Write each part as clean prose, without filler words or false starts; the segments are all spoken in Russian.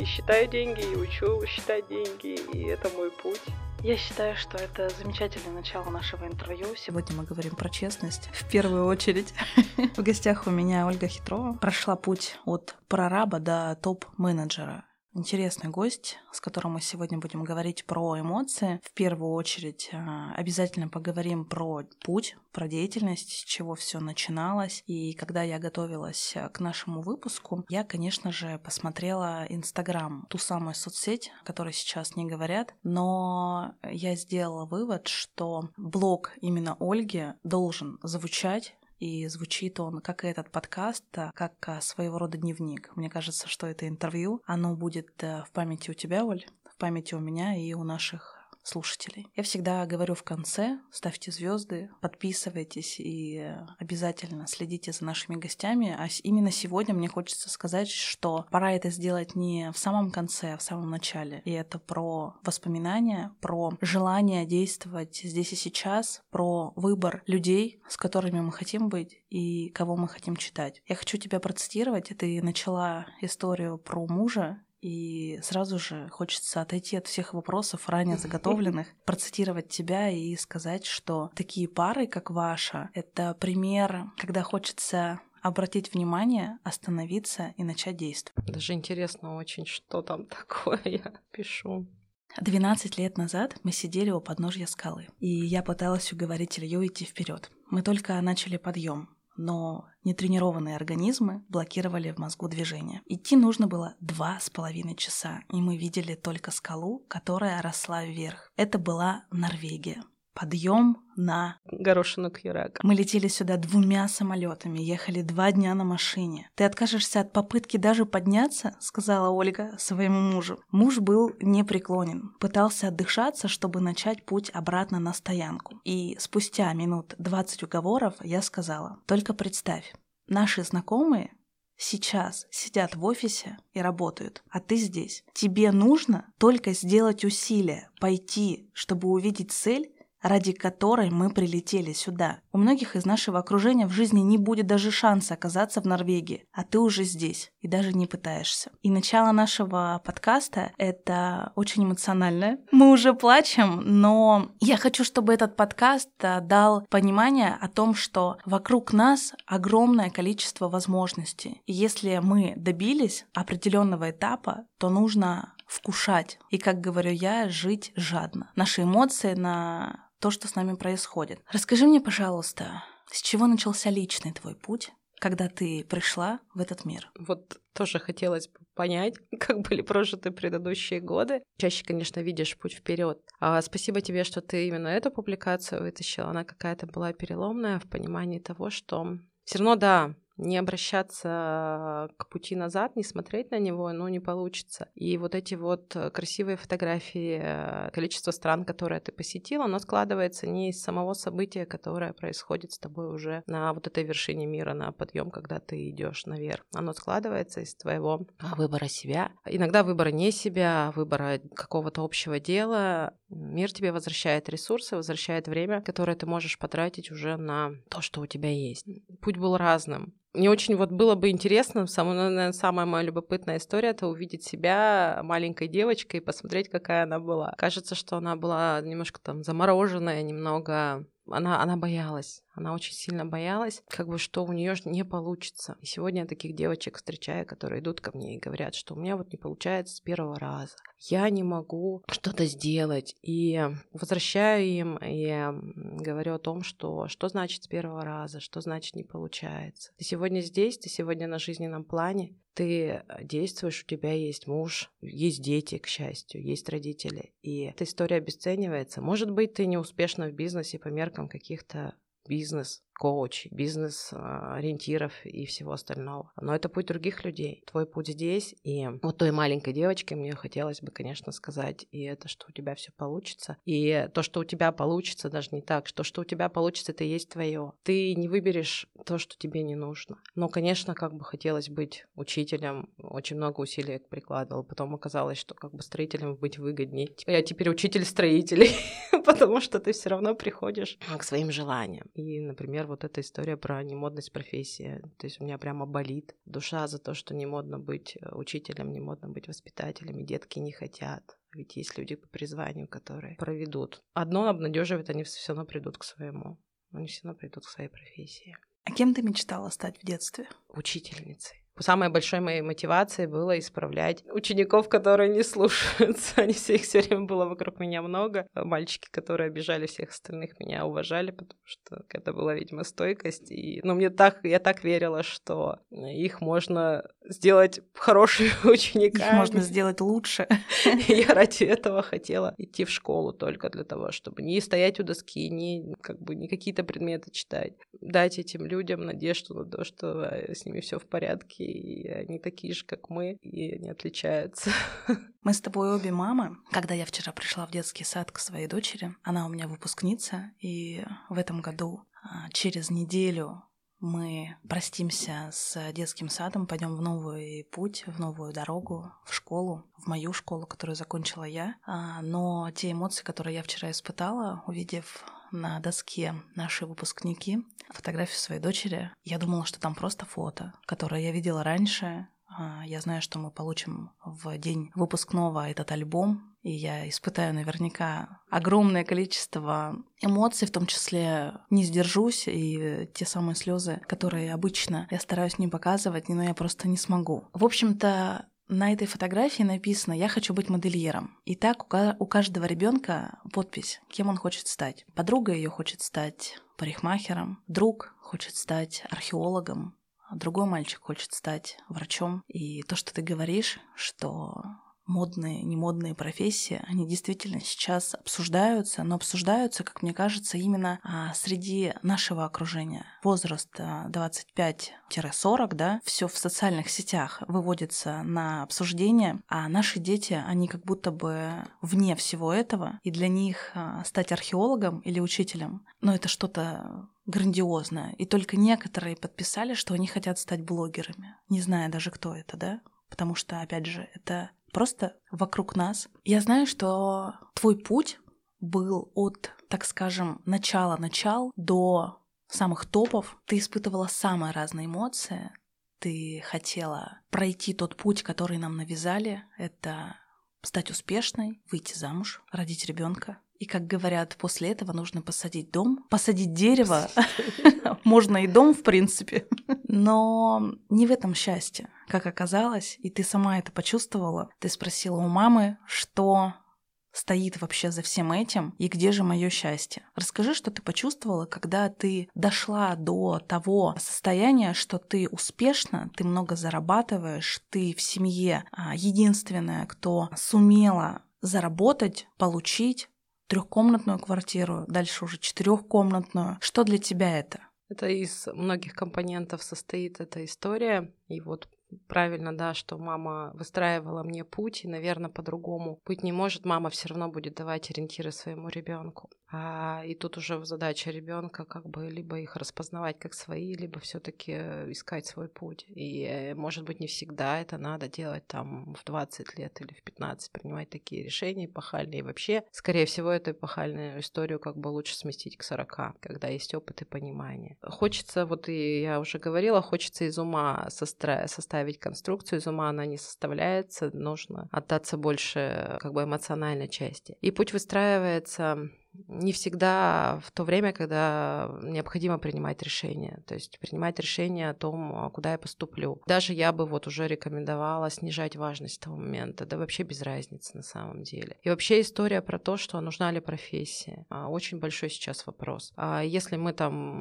считаю деньги, и учу считать деньги, и это мой путь. Я считаю, что это замечательное начало нашего интервью. Сегодня мы говорим про честность. В первую очередь. В гостях у меня Ольга Хитрова. Прошла путь от прораба до топ-менеджера. Интересный гость, с которым мы сегодня будем говорить про эмоции. В первую очередь обязательно поговорим про путь, про деятельность, с чего все начиналось. И когда я готовилась к нашему выпуску, я, конечно же, посмотрела Инстаграм, ту самую соцсеть, о которой сейчас не говорят, но я сделала вывод, что блог именно Ольги должен звучать. И звучит он, как и этот подкаст, как своего рода дневник. Мне кажется, что это интервью, оно будет в памяти у тебя, Оль, в памяти у меня и у наших слушателей. Я всегда говорю в конце: ставьте звезды, подписывайтесь и обязательно следите за нашими гостями. А именно сегодня мне хочется сказать, что пора это сделать не в самом конце, а в самом начале. И это про воспоминания, про желание действовать здесь и сейчас, про выбор людей, с которыми мы хотим быть и кого мы хотим читать. Я хочу тебя процитировать. Ты начала историю про мужа, и сразу же хочется отойти от всех вопросов, ранее заготовленных, процитировать тебя и сказать, что такие пары, как ваша, это пример, когда хочется обратить внимание, остановиться и начать действовать. Даже интересно очень, что там такое я пишу. 12 лет назад мы сидели у подножья скалы, и я пыталась уговорить Илью идти вперед. Мы только начали подъем, но нетренированные организмы блокировали в мозгу движение. Идти нужно было 2,5 часа, и мы видели только скалу, которая росла вверх. Это была Норвегия. Подъем на горошину Кьюрека. Мы летели сюда 2 самолетами, ехали 2 дня на машине. Ты откажешься от попытки даже подняться, сказала Ольга своему мужу. Муж был непреклонен, пытался отдышаться, чтобы начать путь обратно на стоянку. И спустя минут 20 уговоров я сказала: только представь, наши знакомые сейчас сидят в офисе и работают, а ты здесь. Тебе нужно только сделать усилие, пойти, чтобы увидеть цель, ради которой мы прилетели сюда. У многих из нашего окружения в жизни не будет даже шанса оказаться в Норвегии, а ты уже здесь и даже не пытаешься. И начало нашего подкаста — это очень эмоционально. Мы уже плачем, но я хочу, чтобы этот подкаст дал понимание о том, что вокруг нас огромное количество возможностей. И если мы добились определенного этапа, то нужно вкушать. И, как говорю я, жить жадно. Наши эмоции на то, что с нами происходит. Расскажи мне, пожалуйста, с чего начался личный твой путь, когда ты пришла в этот мир? Вот тоже хотелось бы понять, как были прожиты предыдущие годы. Чаще, конечно, видишь путь вперед. Спасибо тебе, что ты именно эту публикацию вытащила. Она какая-то была переломная в понимании того, что все равно, да, не обращаться к пути назад, не смотреть на него, не получится. И вот эти вот красивые фотографии, количество стран, которые ты посетила, оно складывается не из самого события, которое происходит с тобой уже на вот этой вершине мира, на подъем, когда ты идешь наверх. Оно складывается из твоего выбора себя. Иногда выбора не себя, выбора какого-то общего дела. Мир тебе возвращает ресурсы, возвращает время, которое ты можешь потратить уже на то, что у тебя есть. Путь был разным. Мне очень было бы интересно, самая моя любопытная история — это увидеть себя маленькой девочкой и посмотреть, какая она была. Кажется, что она была немножко замороженная, немного... Она боялась. Она очень сильно боялась, что у нее не получится. И сегодня я таких девочек встречаю, которые идут ко мне и говорят, что у меня не получается с первого раза. Я не могу что-то сделать. И возвращаю им и говорю о том, что значит с первого раза, что значит не получается. Ты сегодня здесь, ты сегодня на жизненном плане, ты действуешь, у тебя есть муж, есть дети, к счастью, есть родители. И эта история обесценивается. Может быть, ты не успешна в бизнесе по меркам каких-то бизнес-коучей, бизнес-ориентиров и всего остального. Но это путь других людей. Твой путь здесь. И вот той маленькой девочке мне хотелось бы, конечно, сказать, и это, что у тебя все получится. И то, что у тебя получится, даже не так, что у тебя получится, это и есть твое. Ты не выберешь то, что тебе не нужно. Но, конечно, хотелось быть учителем. Очень много усилий прикладывала. Потом оказалось, что строителем быть выгоднее. Я теперь учитель строителей, потому что ты все равно приходишь к своим желаниям. И, например, вот эта история про немодность профессии. То есть у меня прямо болит душа за то, что не модно быть учителем, не модно быть воспитателем, и детки не хотят. Ведь есть люди по призванию, которые проведут. Одно обнадеживает, они все равно придут к своему. Они все равно придут к своей профессии. А кем ты мечтала стать в детстве? Учительницей. Самой большой моей мотивацией было исправлять учеников, которые не слушаются. Их все время было вокруг меня много. Мальчики, которые обижали всех остальных, меня уважали, потому что это была, видимо, стойкость. Я так верила, что их можно сделать хорошими учениками. Их можно сделать лучше. Я ради этого хотела идти в школу только для того, чтобы не стоять у доски, не какие-то предметы читать. Дать этим людям надежду на то, что с ними все в порядке, и они такие же, как мы, и не отличаются. Мы с тобой обе мамы. Когда я вчера пришла в детский сад к своей дочери, она у меня выпускница, и в этом году через неделю мы простимся с детским садом, пойдем в новый путь, в новую дорогу, в школу, в мою школу, которую закончила я. Но те эмоции, которые я вчера испытала, увидев на доске наши выпускники фотографию своей дочери, я думала, что там просто фото, которое я видела раньше. Я знаю, что мы получим в день выпускного этот альбом, и я испытаю наверняка огромное количество эмоций, в том числе не сдержусь, и те самые слезы, которые обычно я стараюсь не показывать, но я просто не смогу. В общем-то, на этой фотографии написано «Я хочу быть модельером». И так у каждого ребенка подпись, кем он хочет стать. Подруга ее хочет стать парикмахером, друг хочет стать археологом, другой мальчик хочет стать врачом. И то, что ты говоришь, что модные, немодные профессии, они действительно сейчас обсуждаются, но обсуждаются, как мне кажется, именно среди нашего окружения. Возраст 25-40, да, все в социальных сетях выводится на обсуждение, а наши дети, они как будто бы вне всего этого, и для них стать археологом или учителем, это что-то грандиозное. И только некоторые подписали, что они хотят стать блогерами, не зная даже, кто это, да, потому что, опять же, это просто вокруг нас. Я знаю, что твой путь был от, так скажем, начала до самых топов. Ты испытывала самые разные эмоции. Ты хотела пройти тот путь, который нам навязали. Это стать успешной, выйти замуж, родить ребенка. И, как говорят, после этого нужно посадить дом, посадить дерево. Можно и дом, в принципе. Но не в этом счастье, как оказалось. И ты сама это почувствовала. Ты спросила у мамы, что стоит вообще за всем этим и где же мое счастье. Расскажи, что ты почувствовала, когда ты дошла до того состояния, что ты успешна, ты много зарабатываешь, ты в семье единственная, кто сумела заработать, получить 3-комнатную квартиру, дальше уже 4-комнатную. Что для тебя это? Это из многих компонентов состоит эта история. И вот правильно, да, что мама выстраивала мне путь, и, наверное, по-другому быть не может. Мама все равно будет давать ориентиры своему ребенку. И тут уже задача ребенка либо их распознавать как свои, либо все-таки искать свой путь. И, может быть, не всегда это надо делать в 20 лет или в 15, принимать такие решения эпохальные. И вообще, скорее всего, эту эпохальную историю лучше сместить к 40, когда есть опыт и понимание. Хочется, и я уже говорила, хочется из ума составить конструкцию, из ума она не составляется, нужно отдаться больше эмоциональной части. И путь выстраивается не всегда в то время, когда необходимо принимать решение. То есть принимать решение о том, куда я поступлю. Даже я бы уже рекомендовала снижать важность того момента. Да вообще без разницы на самом деле. И вообще история про то, что нужна ли профессия. Очень большой сейчас вопрос. Если мы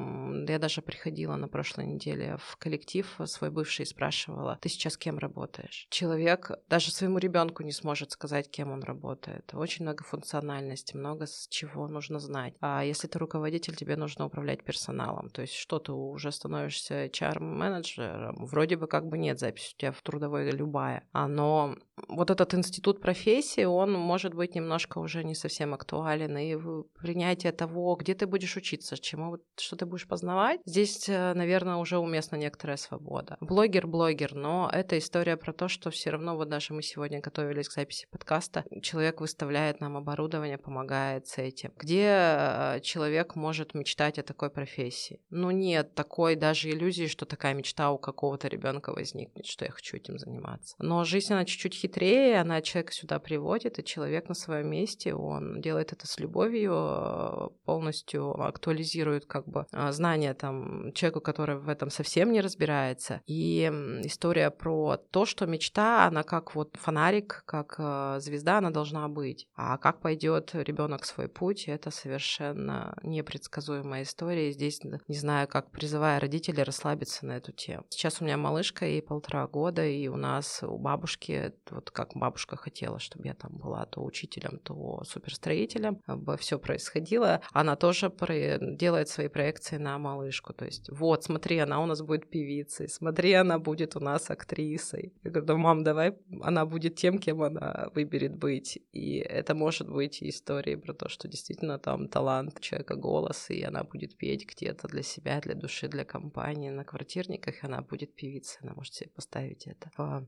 я даже приходила на прошлой неделе в коллектив свой бывший и спрашивала: ты сейчас кем работаешь? Человек даже своему ребенку не сможет сказать, кем он работает. Очень много функциональности, много с чего нужно знать. А если ты руководитель, тебе нужно управлять персоналом. То есть что ты уже становишься HR-менеджером, вроде бы нет записи у тебя в трудовой любая. Но этот институт профессии, он может быть немножко уже не совсем актуален. И принятие того, где ты будешь учиться, что ты будешь познавать, здесь, наверное, уже уместна некоторая свобода. Блогер, но это история про то, что все равно даже мы сегодня готовились к записи подкаста, человек выставляет нам оборудование, помогает с этим. Где человек может мечтать о такой профессии? Нет такой даже иллюзии, что такая мечта у какого-то ребенка возникнет, что я хочу этим заниматься. Но жизнь, она чуть-чуть хитрее, она человека сюда приводит, и человек на своем месте, он делает это с любовью, полностью актуализирует знания человеку, который в этом совсем не разбирается. И история про то, что мечта, она как фонарик, как звезда, она должна быть. А как пойдет ребенок свой путь, это совершенно непредсказуемая история. И здесь не знаю, как призывая родителей расслабиться на эту тему. Сейчас у меня малышка, ей 1,5 года, и у нас у бабушки, как бабушка хотела, чтобы я там была то учителем, то суперстроителем, все происходило. Она тоже делает свои проекции на малышку. То есть, смотри, она у нас будет певицей, смотри, она будет у нас актрисой. Я говорю, мам, давай она будет тем, кем она выберет быть. И это может быть историей про то, что действительно там талант у человека, голос, и она будет петь где-то для себя, для души, для компании, на квартирниках, и она будет певицей, она может себе поставить это в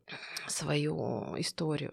свою историю.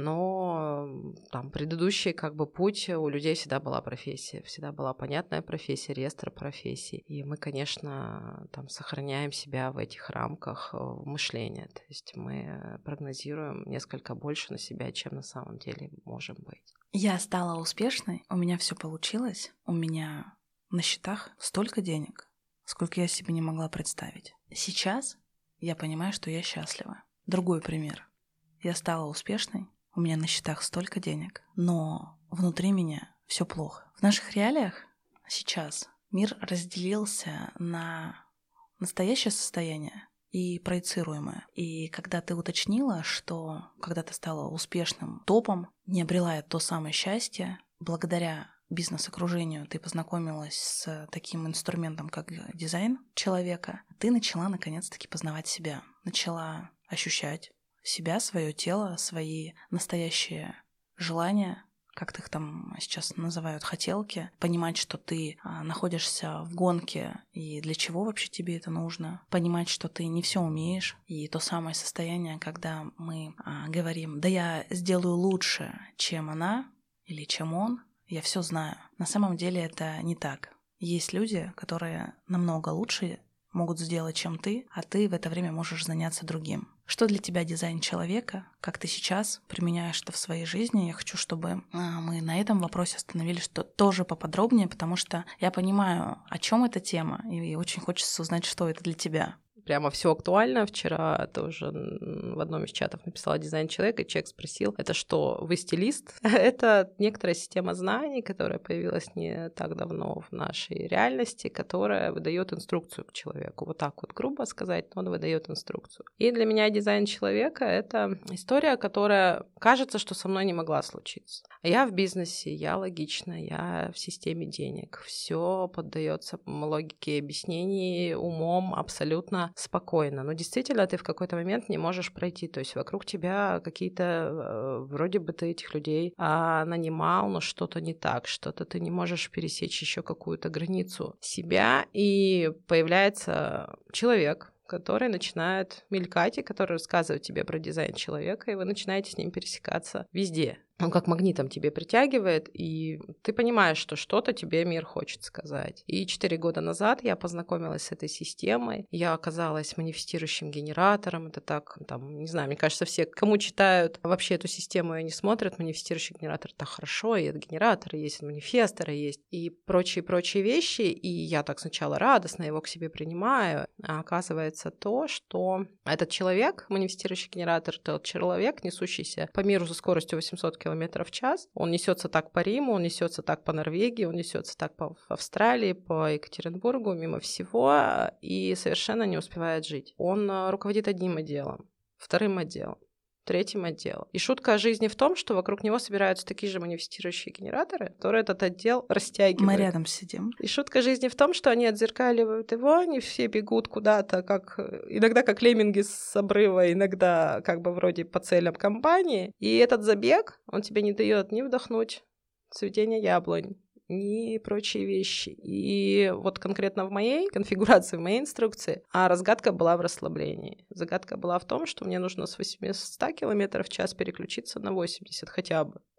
Но предыдущий путь у людей всегда была профессия, всегда была понятная профессия, реестр профессий. И мы, конечно, сохраняем себя в этих рамках мышления. То есть мы прогнозируем несколько больше на себя, чем на самом деле можем быть. Я стала успешной, у меня все получилось, у меня на счетах столько денег, сколько я себе не могла представить. Сейчас я понимаю, что я счастлива. Другой пример. Я стала успешной, у меня на счетах столько денег, но внутри меня все плохо. В наших реалиях сейчас мир разделился на настоящее состояние и проецируемое. И когда ты уточнила, что когда ты стала успешным топом, не обрела то самое счастье, благодаря бизнес-окружению ты познакомилась с таким инструментом, как дизайн человека, ты начала наконец-таки познавать себя, начала ощущать себя, свое тело, свои настоящие желания, как их там сейчас называют, хотелки, понимать, что ты находишься в гонке и для чего вообще тебе это нужно, понимать, что ты не все умеешь, и то самое состояние, когда мы говорим, да я сделаю лучше, чем она или чем он, я все знаю. На самом деле это не так. Есть люди, которые намного лучше могут сделать, чем ты, а ты в это время можешь заняться другим. Что для тебя дизайн человека? Как ты сейчас применяешь это в своей жизни? Я хочу, чтобы мы на этом вопросе остановились тоже поподробнее, потому что я понимаю, о чем эта тема, и очень хочется узнать, что это для тебя. Прямо все актуально. Вчера тоже в одном из чатов написала дизайн человека, и человек спросил, это что, вы стилист? Это некоторая система знаний, которая появилась не так давно в нашей реальности, которая выдает инструкцию к человеку. Вот так грубо сказать, но он выдает инструкцию. И для меня дизайн человека — это история, которая кажется, что со мной не могла случиться. Я в бизнесе, я логична, я в системе денег. Все поддается логике и объяснений умом абсолютно спокойно. Но действительно ты в какой-то момент не можешь пройти. То есть вокруг тебя какие-то, вроде бы ты этих людей нанимал, но что-то не так, что-то ты не можешь пересечь еще какую-то границу себя, и появляется человек, который начинает мелькать и который рассказывает тебе про дизайн человека, и вы начинаете с ним пересекаться везде. Он как магнитом тебе притягивает, и ты понимаешь, что что-то тебе мир хочет сказать. И 4 года назад я познакомилась с этой системой. Я оказалась манифестирующим генератором. Это так, не знаю, мне кажется, все, кому читают вообще эту систему и не смотрят, манифестирующий генератор — это хорошо, и это генераторы есть, и манифесторы есть, и прочие вещи. И я так сначала радостно его к себе принимаю, а оказывается то, что этот человек, манифестирующий генератор, тот человек, несущийся по миру со скоростью 800 км в час. Он несется так по Риму, он несется так по Норвегии, он несется так по Австралии, по Екатеринбургу, мимо всего, и совершенно не успевает жить. Он руководит одним отделом, вторым отделом, третьим отделом. И шутка о жизни в том, что вокруг него собираются такие же манифестирующие генераторы, которые этот отдел растягивают. Мы рядом сидим. И шутка жизни в том, что они отзеркаливают его, они все бегут куда-то, иногда как лемминги с обрыва, иногда вроде по целям компании. И этот забег, он тебе не дает ни вдохнуть цветение яблонь, ни прочие вещи. И вот конкретно в моей конфигурации, в моей инструкции, разгадка была в расслаблении. Загадка была в том, что мне нужно с 800 км в час переключиться на 80 хотя бы.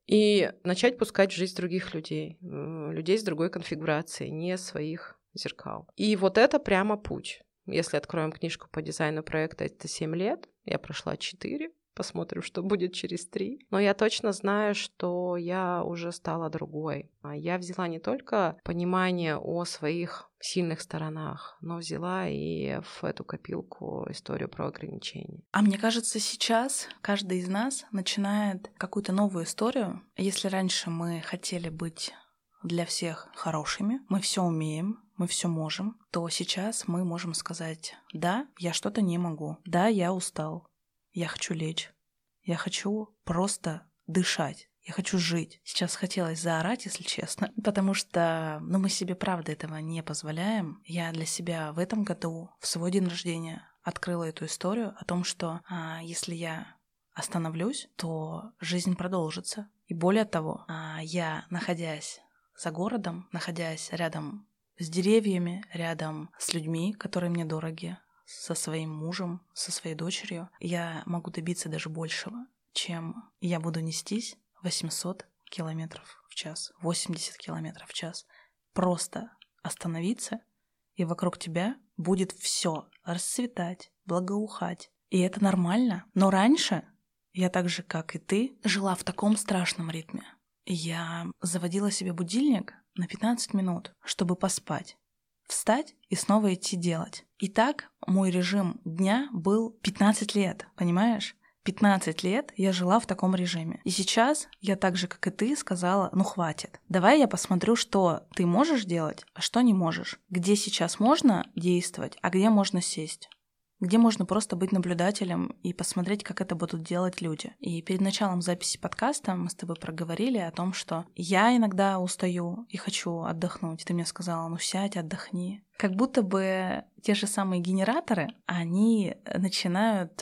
и начать пускать в жизнь других людей, людей с другой конфигурацией, не своих зеркал. И вот это прямо путь. Если откроем книжку по дизайну проекта, это 7 лет, я прошла 4, посмотрим, что будет через 3. Но я точно знаю, что я уже стала другой. Я взяла не только понимание о своих сильных сторонах, но взяла и в эту копилку историю про ограничения. А мне кажется, сейчас каждый из нас начинает какую-то новую историю. Если раньше мы хотели быть для всех хорошими, мы все умеем, мы все можем, то сейчас мы можем сказать: да, я что-то не могу, да, я устал, я хочу лечь, я хочу просто дышать, я хочу жить. Сейчас хотелось заорать, если честно, потому что мы себе правда этого не позволяем. Я для себя в этом году, в свой день рождения, открыла эту историю о том, что если я остановлюсь, то жизнь продолжится. И более того, я, находясь за городом, находясь рядом с деревьями, рядом с людьми, которые мне дороги, со своим мужем, со своей дочерью, я могу добиться даже большего, чем я буду нестись 800 километров в час, 80 километров в час. Просто остановиться, и вокруг тебя будет все расцветать, благоухать. И это нормально. Но раньше я так же, как и ты, жила в таком страшном ритме. Я заводила себе будильник на 15 минут, чтобы поспать, встать и снова идти делать. И так мой режим дня был 15 лет, понимаешь? 15 лет я жила в таком режиме. И сейчас я так же, как и ты, сказала: хватит. Давай я посмотрю, что ты можешь делать, а что не можешь. Где сейчас можно действовать, а где можно сесть. Где можно просто быть наблюдателем и посмотреть, как это будут делать люди. И перед началом записи подкаста мы с тобой проговорили о том, что я иногда устаю и хочу отдохнуть. Ты мне сказала: сядь, отдохни. Как будто бы те же самые генераторы, они начинают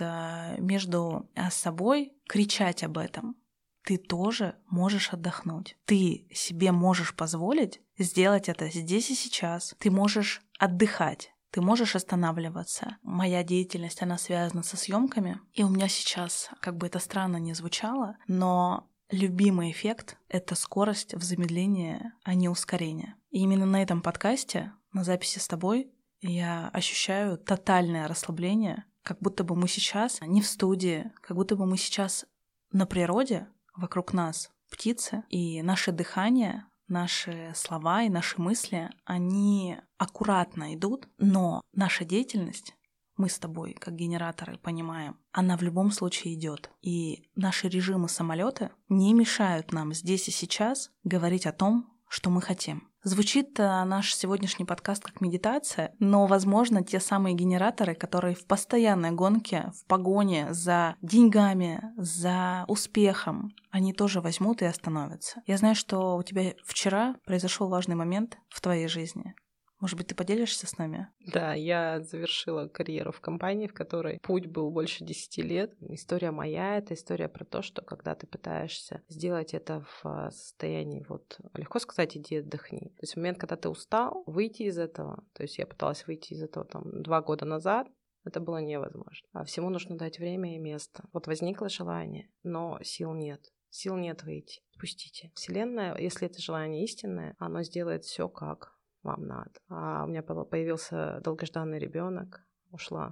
между собой кричать об этом. Ты тоже можешь отдохнуть. Ты себе можешь позволить сделать это здесь и сейчас. Ты можешь отдыхать. Ты можешь останавливаться. Моя деятельность, она связана со съемками. И у меня сейчас, как бы это странно ни звучало, но любимый эффект — это скорость в замедлении, а не ускорение. И именно на этом подкасте, на записи с тобой, я ощущаю тотальное расслабление, как будто бы мы сейчас не в студии, как будто бы мы сейчас на природе, вокруг нас птицы, и наше дыхание, наши слова и наши мысли, они аккуратно идут, но наша деятельность, мы с тобой, как генераторы, понимаем, она в любом случае идет. И наши режимы самолета не мешают нам здесь и сейчас говорить о том, что мы хотим. Звучит наш сегодняшний подкаст как медитация, но, возможно, те самые генераторы, которые в постоянной гонке, в погоне за деньгами, за успехом, они тоже возьмут и остановятся. Я знаю, что у тебя вчера произошел важный момент в твоей жизни. Может быть, ты поделишься с нами? Да, я завершила карьеру в компании, в которой путь был больше 10 лет. История моя — это история про то, что когда ты пытаешься сделать это в состоянии, легко сказать, иди отдохни. То есть в момент, когда ты устал, выйти из этого, то есть я пыталась выйти из этого 2 года назад, это было невозможно. А всему нужно дать время и место. Возникло желание, но сил нет. Сил нет выйти. Спустите. Вселенная, если это желание истинное, оно сделает все как вам надо. А у меня появился долгожданный ребенок, ушла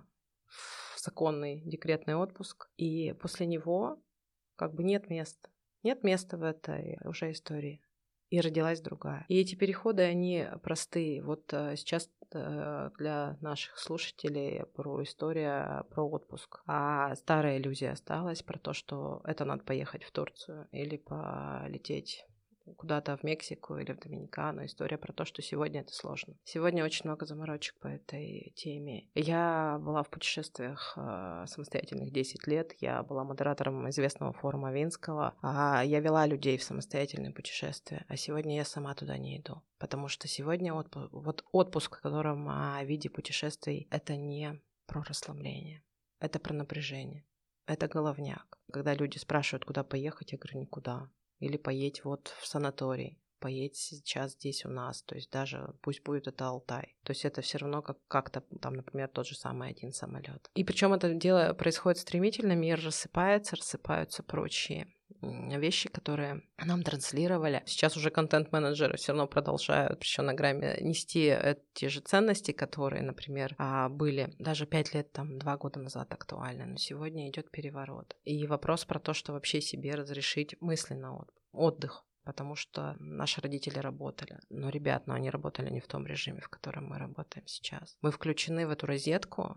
в законный декретный отпуск, и после него нет места. Нет места в этой уже истории. И родилась другая. И эти переходы, они простые. Сейчас для наших слушателей история про отпуск. А старая иллюзия осталась про то, что это надо поехать в Турцию или полететь куда-то в Мексику или в Доминикану. История про то, что сегодня это сложно. Сегодня очень много заморочек по этой теме. Я была в путешествиях самостоятельных 10 лет. Я была модератором известного форума Винского. Я вела людей в самостоятельные путешествия. А сегодня я сама туда не иду. Потому что сегодня отпуск, в котором в виде путешествий, это не про расслабление. Это про напряжение. Это головняк. Когда люди спрашивают, куда поехать, я говорю, никуда. Или поедь в санаторий, поедь сейчас здесь у нас, то есть даже пусть будет это Алтай. То есть это все равно как-то там, например, тот же самый один самолет. И причем это дело происходит стремительно, мир рассыпается, рассыпаются прочие вещи, которые нам транслировали. Сейчас уже контент-менеджеры все равно продолжают еще на грамме нести те же ценности, которые, например, были даже 5 лет, 2 года назад актуальны, но сегодня идет переворот. И вопрос про то, что вообще себе разрешить мысленно отдых. Потому что наши родители работали. Но, ребят, они работали не в том режиме, в котором мы работаем сейчас. Мы включены в эту розетку,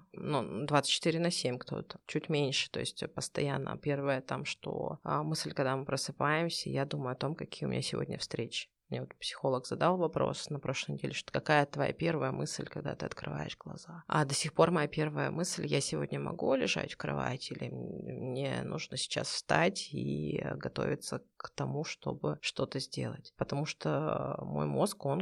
24/7 кто-то, чуть меньше, то есть постоянно. Первое что мысль, когда мы просыпаемся, я думаю о том, какие у меня сегодня встречи. Мне психолог задал вопрос на прошлой неделе, что какая твоя первая мысль, когда ты открываешь глаза. А до сих пор моя первая мысль: я сегодня могу лежать в кровати или мне нужно сейчас встать и готовиться к тому, чтобы что-то сделать. Потому что мой мозг, он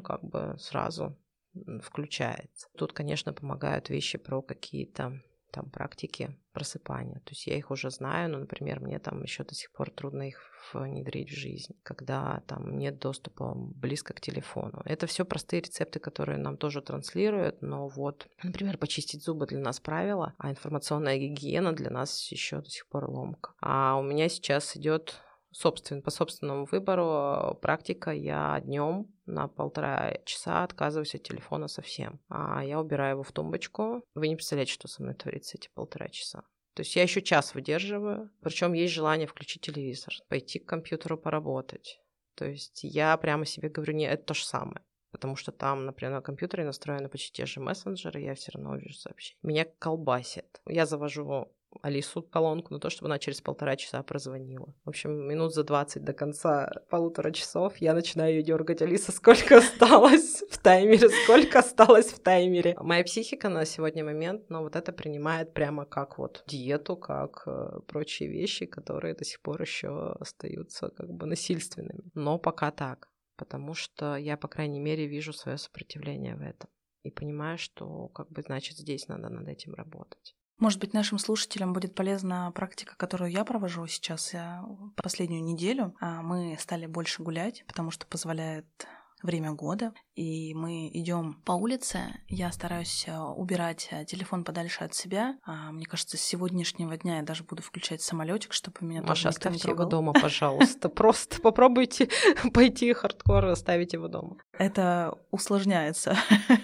сразу включается. Тут, конечно, помогают вещи про какие-то практики просыпания. То есть я их уже знаю, но, например, мне еще до сих пор трудно их внедрить в жизнь, когда нет доступа близко к телефону. Это все простые рецепты, которые нам тоже транслируют, но например, почистить зубы для нас правило, а информационная гигиена для нас еще до сих пор ломка. А у меня сейчас идет по собственному выбору практика. Я днем на 1,5 часа отказываюсь от телефона совсем. Я убираю его в тумбочку. Вы не представляете, что со мной творится эти 1,5 часа. То есть я еще час выдерживаю. Причем есть желание включить телевизор, пойти к компьютеру поработать. То есть я прямо себе говорю: нет, это то же самое. Потому что там, например, на компьютере настроены почти те же мессенджеры, я все равно вижу сообщения. Меня колбасит. Я завожу Алису колонку на то, чтобы она через 1,5 часа прозвонила. В общем, минут за 20 до конца 1,5 часов я начинаю ее дергать: Алиса, сколько осталось в таймере, сколько осталось в таймере. Моя психика на сегодня момент, это принимает прямо как диету, как прочие вещи, которые до сих пор еще остаются насильственными. Но пока так, потому что я, по крайней мере, вижу свое сопротивление в этом и понимаю, что значит здесь надо над этим работать. Может быть, нашим слушателям будет полезна практика, которую я провожу сейчас последнюю неделю. Мы стали больше гулять, потому что позволяет время года, и мы идем по улице. Я стараюсь убирать телефон подальше от себя. Мне кажется, с сегодняшнего дня я даже буду включать самолетик, чтобы меня Маша, тоже никто не оставьте трогал. его дома, пожалуйста. Просто попробуйте пойти хардкор и оставить его дома. Это усложняется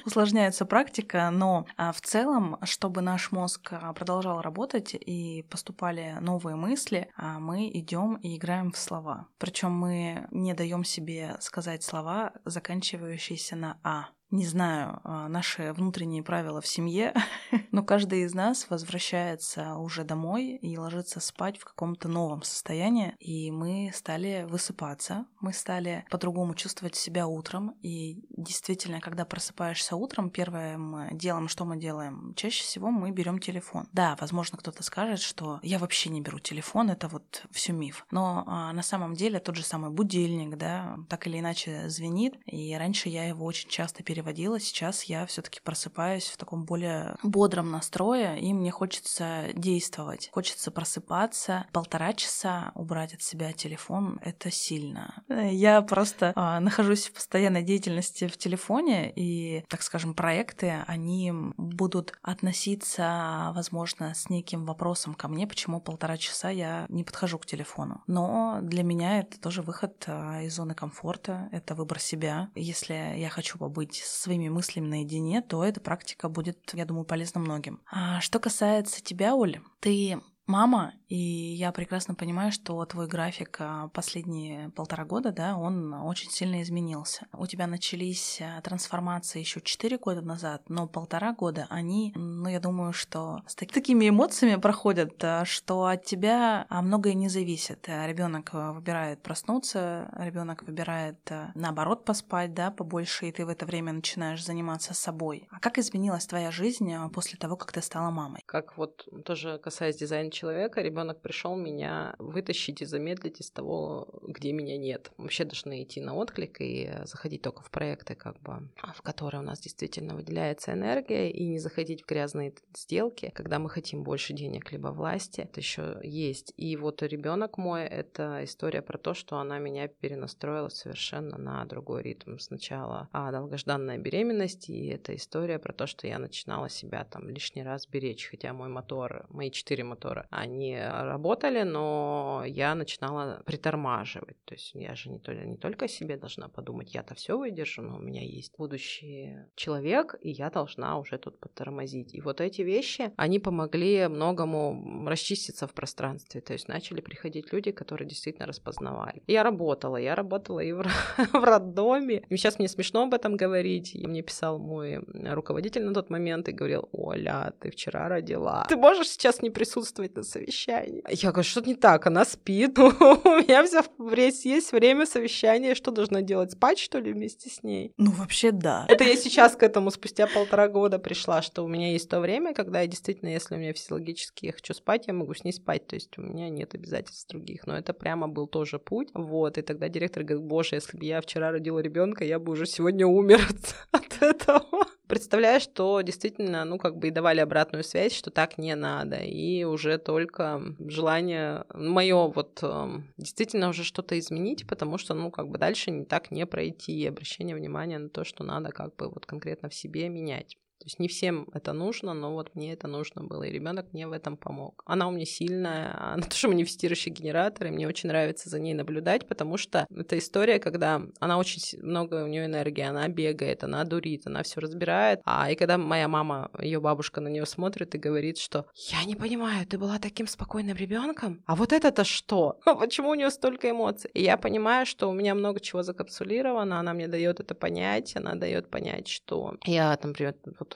практика, но в целом, чтобы наш мозг продолжал работать и поступали новые мысли, мы идем и играем в слова. Причем мы не даем себе сказать слова, заканчивающиеся на «а». Не знаю, наши внутренние правила в семье, но каждый из нас возвращается уже домой и ложится спать в каком-то новом состоянии, и мы стали высыпаться, мы стали по-другому чувствовать себя утром, и действительно, когда просыпаешься утром, первым делом, что мы делаем? Чаще всего мы берем телефон. Да, возможно, кто-то скажет, что я вообще не беру телефон, это все миф, но на самом деле тот же самый будильник, так или иначе звенит, и раньше я его очень часто переводила. Сейчас я все-таки просыпаюсь в таком более бодром настрое, и мне хочется действовать. Хочется просыпаться 1,5 часа, убрать от себя телефон — это сильно. Я просто нахожусь в постоянной деятельности в телефоне, и, так скажем, проекты, они будут относиться, возможно, с неким вопросом ко мне, почему 1,5 часа я не подхожу к телефону. Но для меня это тоже выход из зоны комфорта, это выбор себя. Если я хочу побыть со своими мыслями наедине, то эта практика будет, я думаю, полезна многим. А что касается тебя, Оль, ты мама, и я прекрасно понимаю, что твой график последние 1,5 года, он очень сильно изменился. У тебя начались трансформации еще 4 года назад, но 1,5 года они, я думаю, что с такими эмоциями проходят, что от тебя многое не зависит. Ребенок выбирает проснуться, ребенок выбирает, наоборот, поспать, побольше, и ты в это время начинаешь заниматься собой. А как изменилась твоя жизнь после того, как ты стала мамой? Как тоже касаясь дизайна человека, ребенок пришел меня вытащить и замедлить из того, где меня нет. Вообще должны идти на отклик и заходить только в проекты, в которые у нас действительно выделяется энергия, и не заходить в грязные сделки, когда мы хотим больше денег либо власти. Это еще есть. И ребенок мой — это история про то, что она меня перенастроила совершенно на другой ритм. Сначала долгожданная беременность, и это история про то, что я начинала себя лишний раз беречь, хотя мои 4 мотора они работали, но я начинала притормаживать. То есть я же не только о себе должна подумать, я-то все выдержу, но у меня есть будущий человек, и я должна уже тут подтормозить. И вот эти вещи, они помогли многому расчиститься в пространстве. То есть начали приходить люди, которые действительно распознавали. Я работала и в роддоме. И сейчас мне смешно об этом говорить. И мне писал мой руководитель на тот момент и говорил: Оля, ты вчера родила. Ты можешь сейчас не присутствовать на совещании? Я говорю, что-то не так, она спит. У меня есть время совещания. Что должна делать? Спать, что ли, вместе с ней? Ну, вообще, да. Это я сейчас к этому спустя 1,5 года пришла, что у меня есть то время, когда я действительно, если у меня физиологически я хочу спать, я могу с ней спать. То есть у меня нет обязательств других. Но это прямо был тоже путь. Вот. И тогда директор говорит: боже, если бы я вчера родила ребенка, я бы уже сегодня умер от этого. Представляю, что действительно, и давали обратную связь, что так не надо. И уже только желание мое действительно уже что-то изменить, потому что, дальше так не пройти. И обращение внимания на то, что надо конкретно в себе менять. То есть не всем это нужно, но мне это нужно было, и ребенок мне в этом помог. Она у меня сильная, она тоже манифестирующий генератор, и мне очень нравится за ней наблюдать, потому что это история, когда она очень много, у нее энергии, она бегает, она дурит, она все разбирает. И когда моя мама, ее бабушка на нее смотрит и говорит, что я не понимаю, ты была таким спокойным ребенком, а вот это-то что? Почему у нее столько эмоций? И я понимаю, что у меня много чего закапсулировано, она мне дает это понять, она дает понять, что я, например,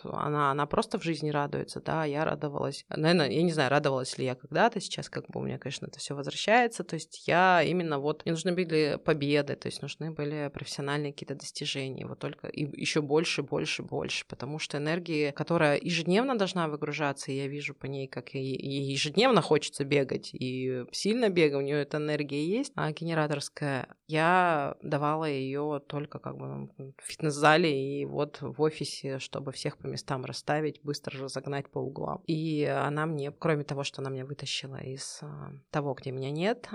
она просто в жизни радуется, да, я радовалась. Наверное, я не знаю, радовалась ли я когда-то, сейчас у меня, конечно, это все возвращается, то есть я именно мне нужны были победы, то есть нужны были профессиональные какие-то достижения, только и еще больше, потому что энергия, которая ежедневно должна выгружаться, и я вижу по ней, как ей ежедневно хочется бегать, и сильно бегать, у нее эта энергия есть, генераторская, я давала ее только в фитнес-зале и в офисе, чтобы всех по местам расставить, быстро разогнать по углам. И она мне, кроме того, что она меня вытащила из того, где меня нет,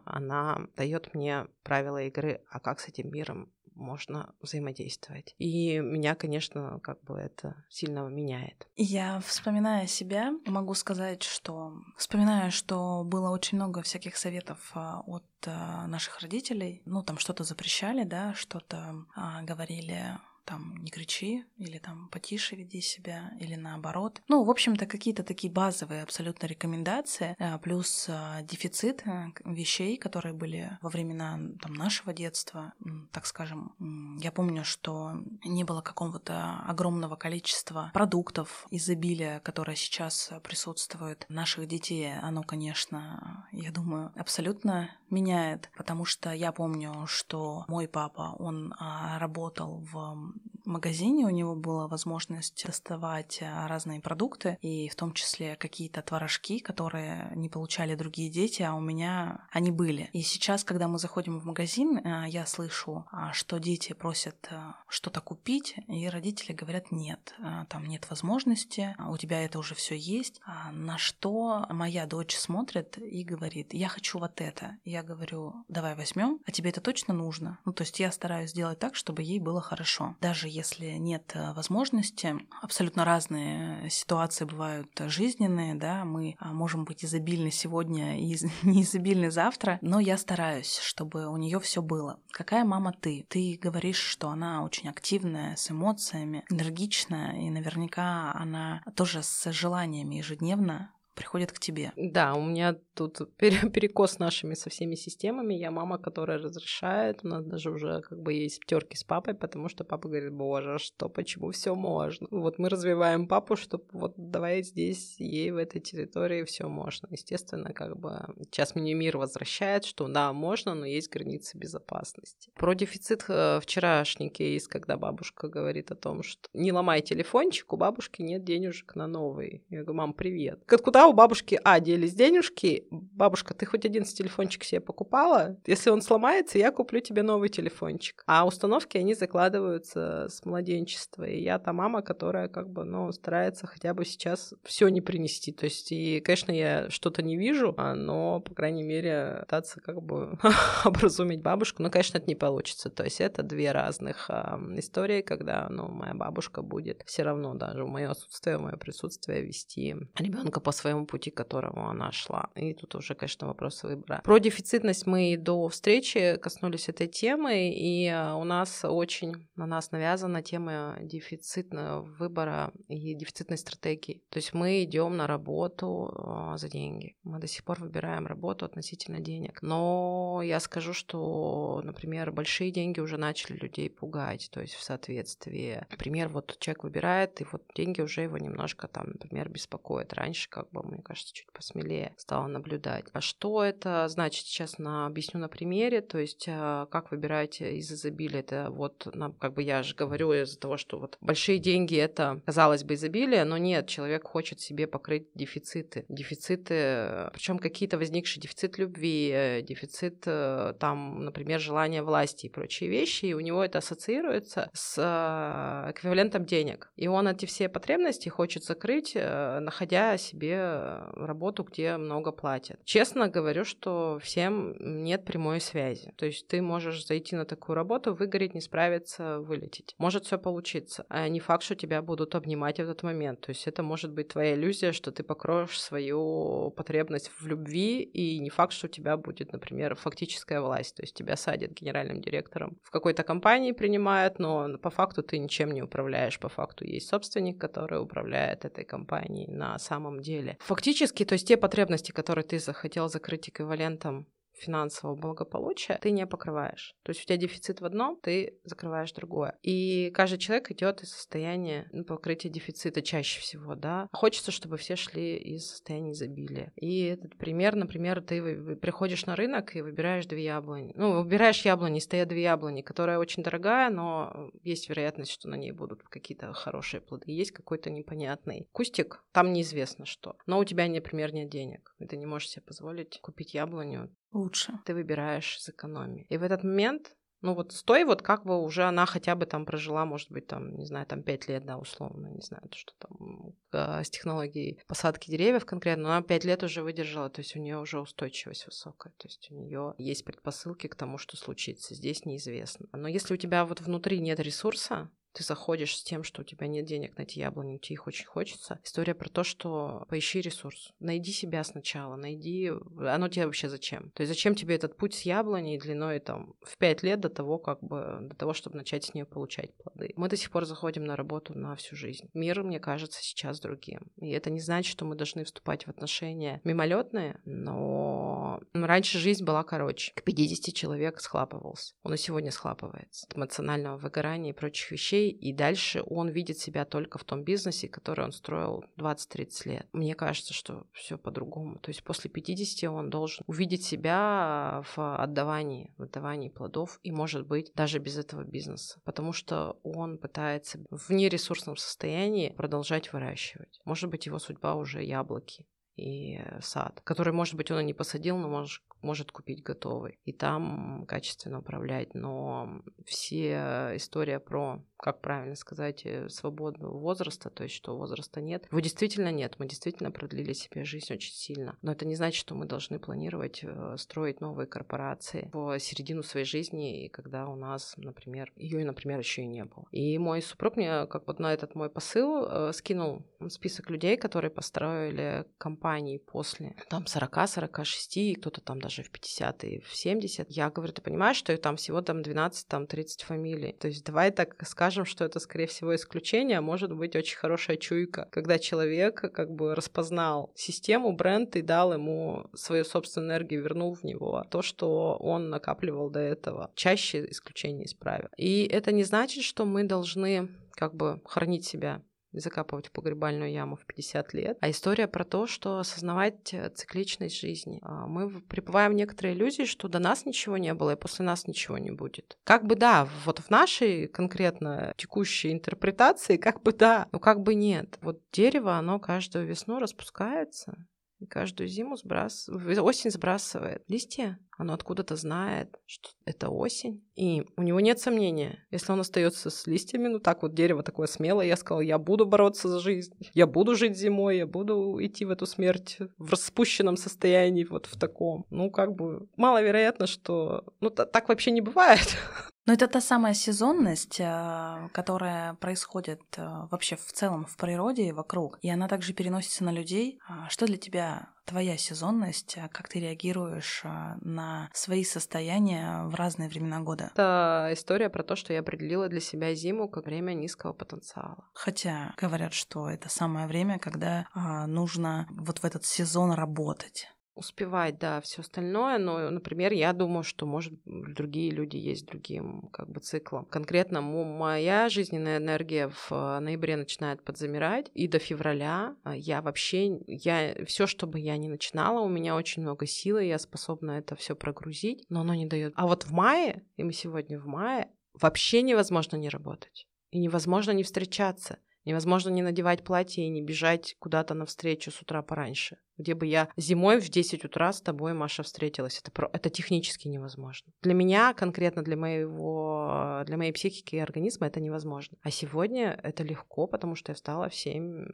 она дает мне правила игры, как с этим миром можно взаимодействовать. И меня, конечно, это сильно меняет. Я, вспоминая себя, могу сказать, что вспоминаю, что было очень много всяких советов от наших родителей. Там что-то запрещали, да, что-то говорили, не кричи, или потише веди себя, или наоборот. В общем-то, какие-то такие базовые абсолютно рекомендации, плюс дефицит вещей, которые были во времена нашего детства, так скажем. Я помню, что не было какого-то огромного количества продуктов, изобилия, которое сейчас присутствует. Наших детей оно, конечно, я думаю, абсолютно меняет, потому что я помню, что мой папа, он работал в магазине, у него была возможность доставать разные продукты, и в том числе какие-то творожки, которые не получали другие дети, а у меня они были. И сейчас, когда мы заходим в магазин, я слышу, что дети просят что-то купить, и родители говорят: нет, там нет возможности, у тебя это уже все есть. На что моя дочь смотрит и говорит: я хочу вот это. Я говорю: давай возьмем, а тебе это точно нужно? То есть я стараюсь сделать так, чтобы ей было хорошо. Даже если нет возможности, абсолютно разные ситуации бывают жизненные, да, мы можем быть изобильны сегодня и не изобильны завтра, но я стараюсь, чтобы у нее все было. Какая мама ты? Ты говоришь, что она очень активная, с эмоциями, энергичная, и наверняка она тоже с желаниями ежедневно приходит к тебе. Да, у меня тут перекос нашими со всеми системами. Я мама, которая разрешает. У нас даже уже есть терки с папой, потому что папа говорит: боже, что, почему все можно? Мы развиваем папу, что давай здесь, ей в этой территории все можно. Естественно, сейчас мне мир возвращает, что да, можно, но есть границы безопасности. Про дефицит вчерашний кейс, когда бабушка говорит о том, что не ломай телефончик, у бабушки нет денежек на новый. Я говорю: мам, привет. Куда у бабушки делись денежки? Бабушка, ты хоть один телефончик себе покупала? Если он сломается, я куплю тебе новый телефончик. А установки, они закладываются с младенчества. И я та мама, которая старается хотя бы сейчас все не принести. То есть, и, конечно, я что-то не вижу, но, по крайней мере, пытаться образумить бабушку. Но, конечно, это не получится. То есть это две разных истории, когда моя бабушка будет все равно даже в мое отсутствие, в мое присутствие вести ребенка по своему своему пути, к которому она шла. И тут уже, конечно, вопрос выбора. Про дефицитность мы до встречи коснулись этой темы, и у нас очень на нас навязана тема дефицитного выбора и дефицитной стратегии. То есть мы идем на работу за деньги. Мы до сих пор выбираем работу относительно денег. Но я скажу, что, например, большие деньги уже начали людей пугать. То есть в соответствии, например, вот человек выбирает, и вот деньги уже его немножко там, например, беспокоят. Раньше, как бы, мне кажется, чуть посмелее стало наблюдать. А что это значит? Сейчас объясню на примере. То есть как выбирать из изобилия? Это вот, как бы я же говорю из-за того, что вот большие деньги — это, казалось бы, изобилие, но нет, человек хочет себе покрыть дефициты. Дефициты, причем какие-то возникшие, дефицит любви, дефицит там, например, желания власти и прочие вещи, и у него это ассоциируется с эквивалентом денег. И он эти все потребности хочет закрыть, находя себе работу, где много платят. Честно говорю, что всем нет прямой связи. То есть ты можешь зайти на такую работу, выгореть, не справиться, вылететь. Может все получиться. А не факт, что тебя будут обнимать в этот момент. То есть это может быть твоя иллюзия, что ты покроешь свою потребность в любви, и не факт, что у тебя будет, например, фактическая власть. То есть тебя садят генеральным директором в какой-то компании, принимают, но по факту ты ничем не управляешь. По факту есть собственник, который управляет этой компанией на самом деле. Фактически, то есть те потребности, которые ты захотел закрыть эквивалентом финансового благополучия, ты не покрываешь. То есть у тебя дефицит в одном, ты закрываешь другое. И каждый человек идет из состояния покрытия дефицита чаще всего, да. Хочется, чтобы все шли из состояния изобилия. И этот пример, например, ты приходишь на рынок и выбираешь 2 яблони. Выбираешь яблони, стоят 2 яблони, которая очень дорогая, но есть вероятность, что на ней будут какие-то хорошие плоды. Есть какой-то непонятный кустик, там неизвестно что. Но у тебя, например, нет денег, и ты не можешь себе позволить купить яблоню. Лучше. Ты выбираешь из экономии. И в этот момент, стой, как бы уже она хотя бы там прожила, может быть, там, не знаю, там 5 лет, да, условно, не знаю, что там с технологией посадки деревьев конкретно, но она 5 лет уже выдержала, то есть у нее уже устойчивость высокая, то есть у нее есть предпосылки к тому, что случится. Здесь неизвестно. Но если у тебя вот внутри нет ресурса, ты заходишь с тем, что у тебя нет денег на эти яблони, тебе их очень хочется. История про то, что поищи ресурс. Найди себя сначала, оно тебе вообще зачем? То есть зачем тебе этот путь с яблоней длиной там в 5 лет до того, чтобы начать с нее получать плоды? Мы до сих пор заходим на работу на всю жизнь. Мир, мне кажется, сейчас другим. И это не значит, что мы должны вступать в отношения мимолетные, но раньше жизнь была короче. К 50 человек схлапывался. Он и сегодня схлапывается. От эмоционального выгорания и прочих вещей. И дальше он видит себя только в том бизнесе, который он строил 20-30 лет. Мне кажется, что все по-другому. То есть после 50 он должен увидеть себя в отдавании плодов и, может быть, даже без этого бизнеса. Потому что он пытается в нересурсном состоянии продолжать выращивать. Может быть, его судьба уже яблоки и сад, который, может быть, он и не посадил, но может купить готовый и там качественно управлять. Но все история про, как правильно сказать, свободного возраста, то есть что возраста нет, его действительно нет. Мы действительно продлили себе жизнь очень сильно. Но это не значит, что мы должны планировать строить новые корпорации в середину своей жизни, и когда у нас, например, ее, например, еще и не было. И мой супруг мне на этот мой посыл скинул список людей, которые построили компании после 40-46, и кто-то там даже в 50 и в 70. Я говорю, ты понимаешь, что там всего 12-30 фамилий. То есть давай так скажем, что это, скорее всего, исключение, а может быть очень хорошая чуйка, когда человек распознал систему, бренд и дал ему свою собственную энергию, вернул в него то, что он накапливал до этого. Чаще исключение из правил. И это не значит, что мы должны хранить себя, закапывать в погребальную яму в 50 лет. А история про то, что осознавать цикличность жизни. Мы пребываем в некоторой иллюзии, что до нас ничего не было, и после нас ничего не будет. В нашей конкретно текущей интерпретации, да, но нет. Дерево, оно каждую весну распускается, и каждую осень сбрасывает листья. Оно откуда-то знает, что это осень. И у него нет сомнения. Если он остается с листьями, дерево такое смелое, я сказала, я буду бороться за жизнь, я буду жить зимой, я буду идти в эту смерть в распущенном состоянии, в таком. Маловероятно, что... так вообще не бывает. Но это та самая сезонность, которая происходит вообще в целом в природе и вокруг, и она также переносится на людей. Что для тебя твоя сезонность? Как ты реагируешь на свои состояния в разные времена года? Это история про то, что я определила для себя зиму как время низкого потенциала. Хотя говорят, что это самое время, когда нужно вот в этот сезон работать. Успевать, да, все остальное, но, например, я думаю, что, может, другие люди есть другим как бы циклом. Конкретно моя жизненная энергия в ноябре начинает подзамирать, и до февраля я все, что бы я ни начинала, у меня очень много силы, я способна это все прогрузить, но оно не дает. А вот в мае, и мы сегодня в мае, вообще невозможно не работать, и невозможно не встречаться. Невозможно не надевать платье и не бежать куда-то навстречу с утра пораньше. Где бы я зимой в 10 утра с тобой, Маша, встретилась. Это технически невозможно. Для меня, конкретно для моей психики и организма это невозможно. А сегодня это легко, потому что я встала в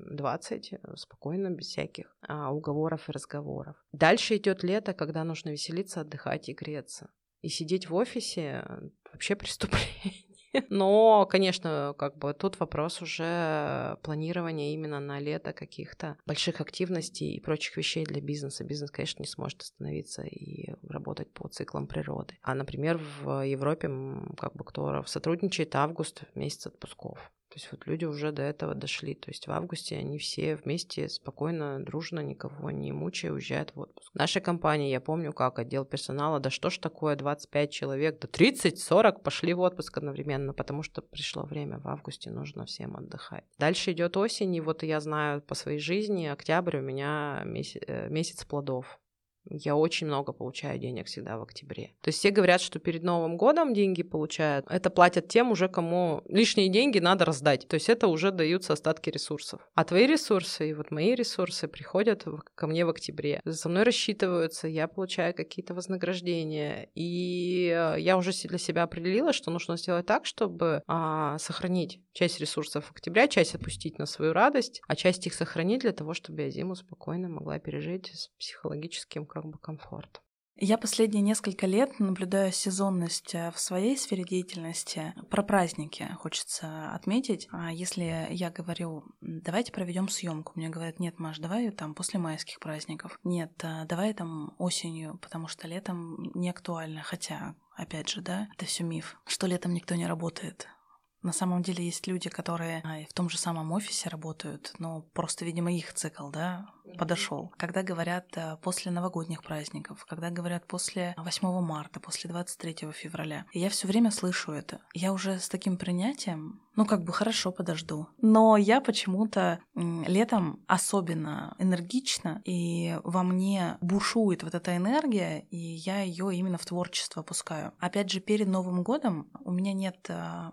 7:20 спокойно, без всяких уговоров и разговоров. Дальше идет лето, когда нужно веселиться, отдыхать и греться. И сидеть в офисе вообще преступление. Но, конечно, как бы тут вопрос уже планирования именно на лето каких-то больших активностей и прочих вещей для бизнеса. Бизнес, конечно, не сможет остановиться и работать по циклам природы. А, например, в Европе, как бы кто сотрудничает, август, месяц отпусков. То есть вот люди уже до этого дошли. То есть в августе они все вместе спокойно, дружно, никого не мучая, уезжают в отпуск. В нашей компании, я помню, как отдел персонала, да что ж такое, 25 человек, да 30-40 пошли в отпуск одновременно, потому что пришло время, в августе нужно всем отдыхать. Дальше идет осень, и вот я знаю по своей жизни, октябрь у меня месяц плодов. Я очень много получаю денег всегда в октябре. То есть все говорят, что перед Новым годом деньги получают. Это платят тем уже, кому лишние деньги надо раздать. То есть это уже даются остатки ресурсов. А твои ресурсы и вот мои ресурсы приходят ко мне в октябре. Со мной рассчитываются, я получаю какие-то вознаграждения. И я уже для себя определила, что нужно сделать так, чтобы сохранить часть ресурсов октября, часть опустить на свою радость, а часть их сохранить для того, чтобы я зиму спокойно могла пережить с психологическим как бы комфортом. Я последние несколько лет наблюдаю сезонность в своей сфере деятельности. Про праздники хочется отметить. Если я говорю, давайте проведем съемку, мне говорят, нет, Маш, давай там после майских праздников. Нет, давай там осенью, потому что летом не актуально. Хотя, опять же, да, это все миф, что летом никто не работает. На самом деле есть люди, которые в том же самом офисе работают, но просто, видимо, их цикл, да, подошел. Когда говорят после новогодних праздников, когда говорят после 8 марта, после 23 февраля. И я все время слышу это. Я уже с таким принятием, хорошо, подожду. Но я почему-то летом особенно энергична, и во мне бушует вот эта энергия, и я ее именно в творчество опускаю. Опять же, перед Новым годом у меня нет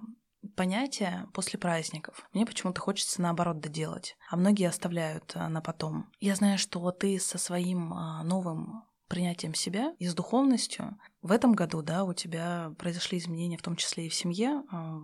понятие после праздников. Мне почему-то хочется наоборот доделать, а многие оставляют на потом. Я знаю, что ты со своим новым принятием себя и с духовностью в этом году, да, у тебя произошли изменения, в том числе и в семье.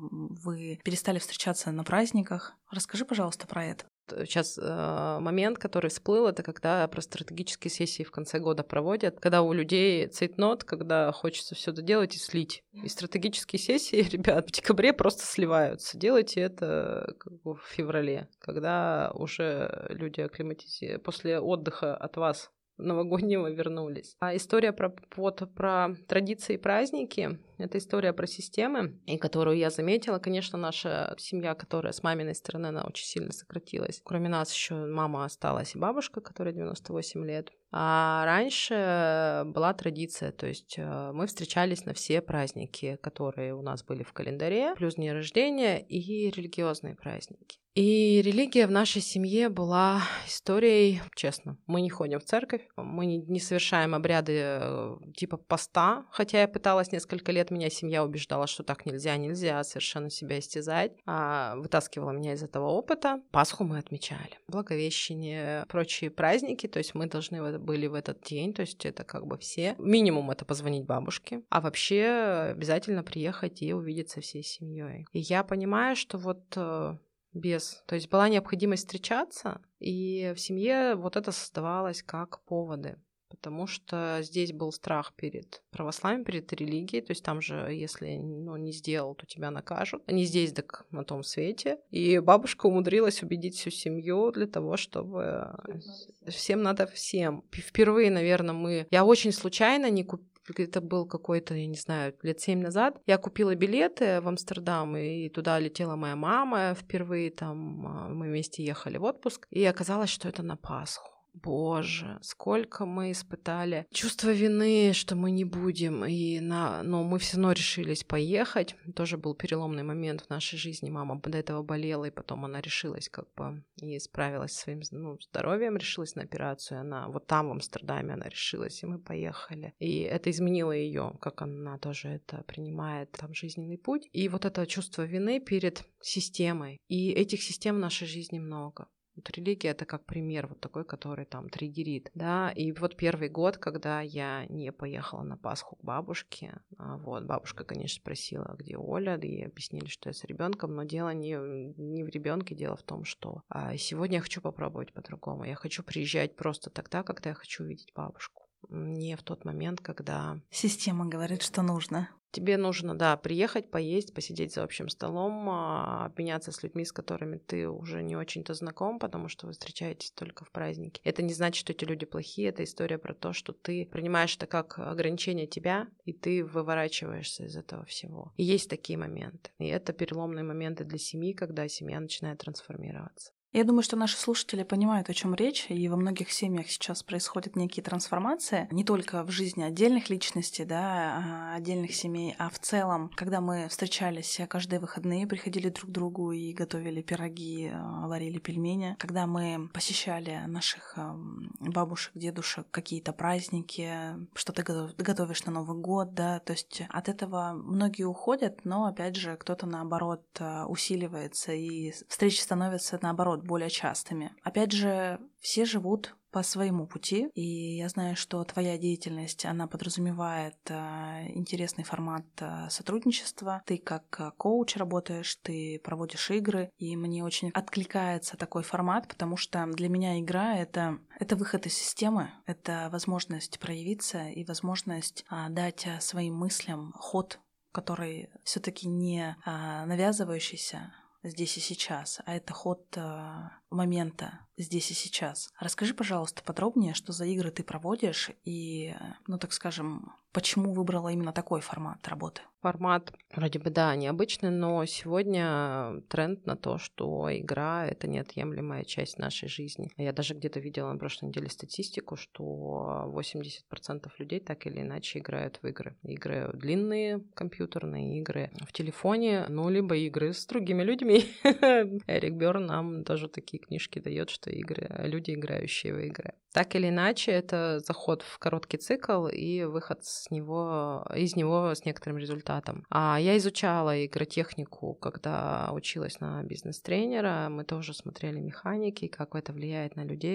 Вы перестали встречаться на праздниках. Расскажи, пожалуйста, про это. Сейчас момент, который всплыл, это когда про стратегические сессии в конце года проводят, когда у людей цейтнот, когда хочется все доделать и слить. И стратегические сессии, ребят, в декабре просто сливаются. Делайте это в феврале, когда уже люди после отдыха от вас новогоднего вернулись. А история про традиции и праздники — это история про системы, и которую я заметила. Конечно, наша семья, которая с маминой стороны, она очень сильно сократилась. Кроме нас еще мама осталась и бабушка, которая 98 лет. А раньше была традиция, то есть мы встречались на все праздники, которые у нас были в календаре, плюс дни рождения и религиозные праздники. И религия в нашей семье была историей, честно, мы не ходим в церковь, мы не совершаем обряды типа поста, хотя я пыталась несколько лет, меня семья убеждала, что так нельзя совершенно себя истязать, вытаскивала меня из этого опыта. Пасху мы отмечали, Благовещение, прочие праздники, то есть мы должны были в этот день, то есть это как бы все. Минимум это позвонить бабушке, а вообще обязательно приехать и увидеться всей семьей. И я понимаю, что то есть была необходимость встречаться, и в семье вот это создавалось как поводы. потому что здесь был страх перед православием, перед религией, то есть там же, если не сделал, то тебя накажут. Не здесь, так на том свете. И бабушка умудрилась убедить всю семью для того, чтобы всем надо всем. Впервые, наверное, я очень случайно не купила. Это был какой-то, я не знаю, лет 7 назад. Я купила билеты в Амстердам, и туда летела моя мама впервые. Там мы вместе ехали в отпуск. И оказалось, что это на Пасху. Боже, сколько мы испытали чувство вины, что мы не будем, но мы все равно решились поехать. Тоже был переломный момент в нашей жизни. Мама до этого болела, и потом она решилась и справилась со своим здоровьем, решилась на операцию. Она вот там, в Амстердаме, она решилась, и мы поехали. И это изменило ее, как она тоже это принимает, там, жизненный путь. И вот это чувство вины перед системой. И этих систем в нашей жизни много. Вот религия — это как пример вот такой, который там триггерит, да, и вот первый год, когда я не поехала на Пасху к бабушке, бабушка, конечно, спросила, где Оля, и объяснили, что я с ребенком, но дело не в ребенке, дело в том, что сегодня я хочу попробовать по-другому, я хочу приезжать просто тогда, когда я хочу увидеть бабушку, не в тот момент, когда... Система говорит, что нужно. Тебе нужно, да, приехать, поесть, посидеть за общим столом, обменяться с людьми, с которыми ты уже не очень-то знаком, потому что вы встречаетесь только в празднике. Это не значит, что эти люди плохие, это история про то, что ты принимаешь это как ограничение тебя, и ты выворачиваешься из этого всего. И есть такие моменты. И это переломные моменты для семьи, когда семья начинает трансформироваться. Я думаю, что наши слушатели понимают, о чем речь, и во многих семьях сейчас происходят некие трансформации, не только в жизни отдельных личностей, да, отдельных семей, а в целом, когда мы встречались каждые выходные, приходили друг к другу и готовили пироги, варили пельмени, когда мы посещали наших бабушек, дедушек, какие-то праздники, что ты готовишь на Новый год, да, то есть от этого многие уходят, но, опять же, кто-то, наоборот, усиливается, и встречи становятся, наоборот, более частыми. Опять же, все живут по своему пути, и я знаю, что твоя деятельность, она подразумевает интересный формат сотрудничества. Ты как коуч работаешь, ты проводишь игры, и мне очень откликается такой формат, потому что для меня игра — это выход из системы, это возможность проявиться и возможность дать своим мыслям ход, который все-таки не навязывающийся здесь и сейчас, а это ход момента здесь и сейчас. Расскажи, пожалуйста, подробнее, что за игры ты проводишь и, так скажем, почему выбрала именно такой формат работы? Формат вроде бы, да, необычный, но сегодня тренд на то, что игра — это неотъемлемая часть нашей жизни. Я даже где-то видела на прошлой неделе статистику, что 80% людей так или иначе играют в игры. Игры длинные, компьютерные игры в телефоне, либо игры с другими людьми. Эрик Бёрн нам тоже такие книжки дает, что люди, играющие в игры. Так или иначе, это заход в короткий цикл и выход из него с некоторым результатом. Я изучала игротехнику, когда училась на бизнес-тренера. Мы тоже смотрели механики, как это влияет на людей,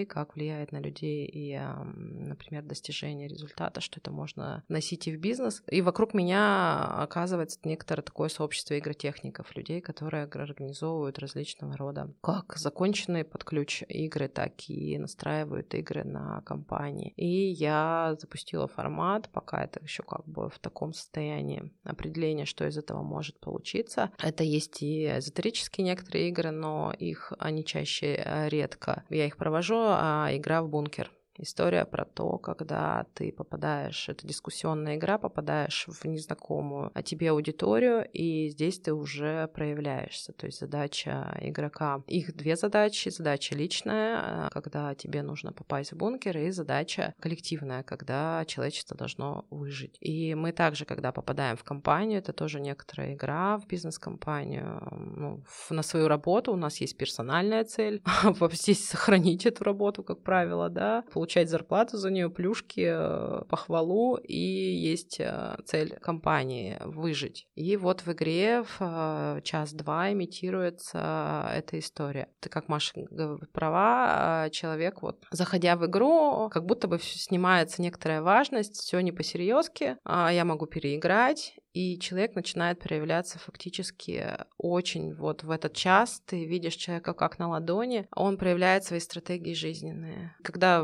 и, например, достижение результата, что это можно носить и в бизнес. И вокруг меня оказывается некоторое такое сообщество игротехников, людей, которые организовывают различного рода как законченные под ключ игры, так и настраивают игры на компании. И я запустила формат, пока это еще в таком состоянии определения, что из этого может получиться. Это есть и эзотерические некоторые игры, но они чаще редко. Я их провожу, игра в бункер. История про то, когда ты попадаешь, это дискуссионная игра, попадаешь в незнакомую тебе аудиторию, и здесь ты уже проявляешься. То есть задача игрока, их две задачи. Задача личная, когда тебе нужно попасть в бункер, и задача коллективная, когда человечество должно выжить. И мы также, когда попадаем в компанию, это тоже некоторая игра в бизнес-компанию, на свою работу. У нас есть персональная цель, здесь сохранить эту работу, как правило, да, получать зарплату за нее, плюшки, похвалу, и есть цель компании — выжить. И вот в игре в час-два имитируется эта история. Ты, как Маша права, человек, заходя в игру, как будто бы снимается некоторая важность, все не по-серьезки, я могу переиграть, и человек начинает проявляться фактически очень в этот час. Ты видишь человека как на ладони, он проявляет свои стратегии жизненные. Когда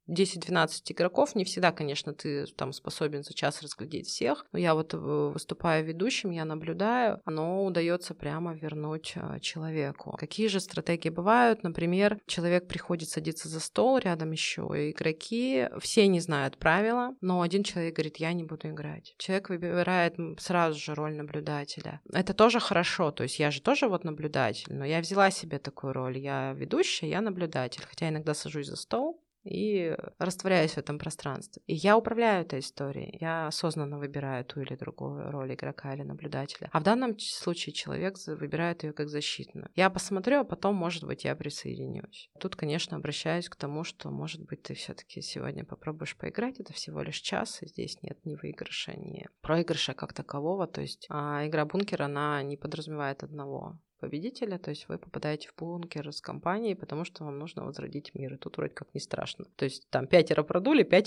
10-12 игроков, не всегда, конечно, ты там способен за час разглядеть всех, но я вот выступаю ведущим, я наблюдаю, оно удается прямо вернуть человеку. Какие же стратегии бывают? Например, человек приходит садиться за стол, рядом еще игроки, все не знают правила, но один человек говорит, я не буду играть. Человек выбирает сразу же роль наблюдателя. Это тоже хорошо, то есть я же тоже вот наблюдатель, но я взяла себе такую роль, я ведущая, я наблюдатель, хотя иногда сажусь за стол и растворяюсь в этом пространстве. И я управляю этой историей. Я осознанно выбираю ту или другую роль игрока или наблюдателя. А в данном случае человек выбирает ее как защитную. Я посмотрю, а потом, может быть, я присоединюсь. Тут, конечно, обращаюсь к тому, что, может быть, ты все-таки сегодня попробуешь поиграть. Это всего лишь час, и здесь нет ни выигрыша, ни проигрыша как такового. То есть игра «Бункер», она не подразумевает одного победителя, то есть вы попадаете в бункер с компанией, потому что вам нужно возродить мир, и тут вроде как не страшно. То есть там 5 продули, 5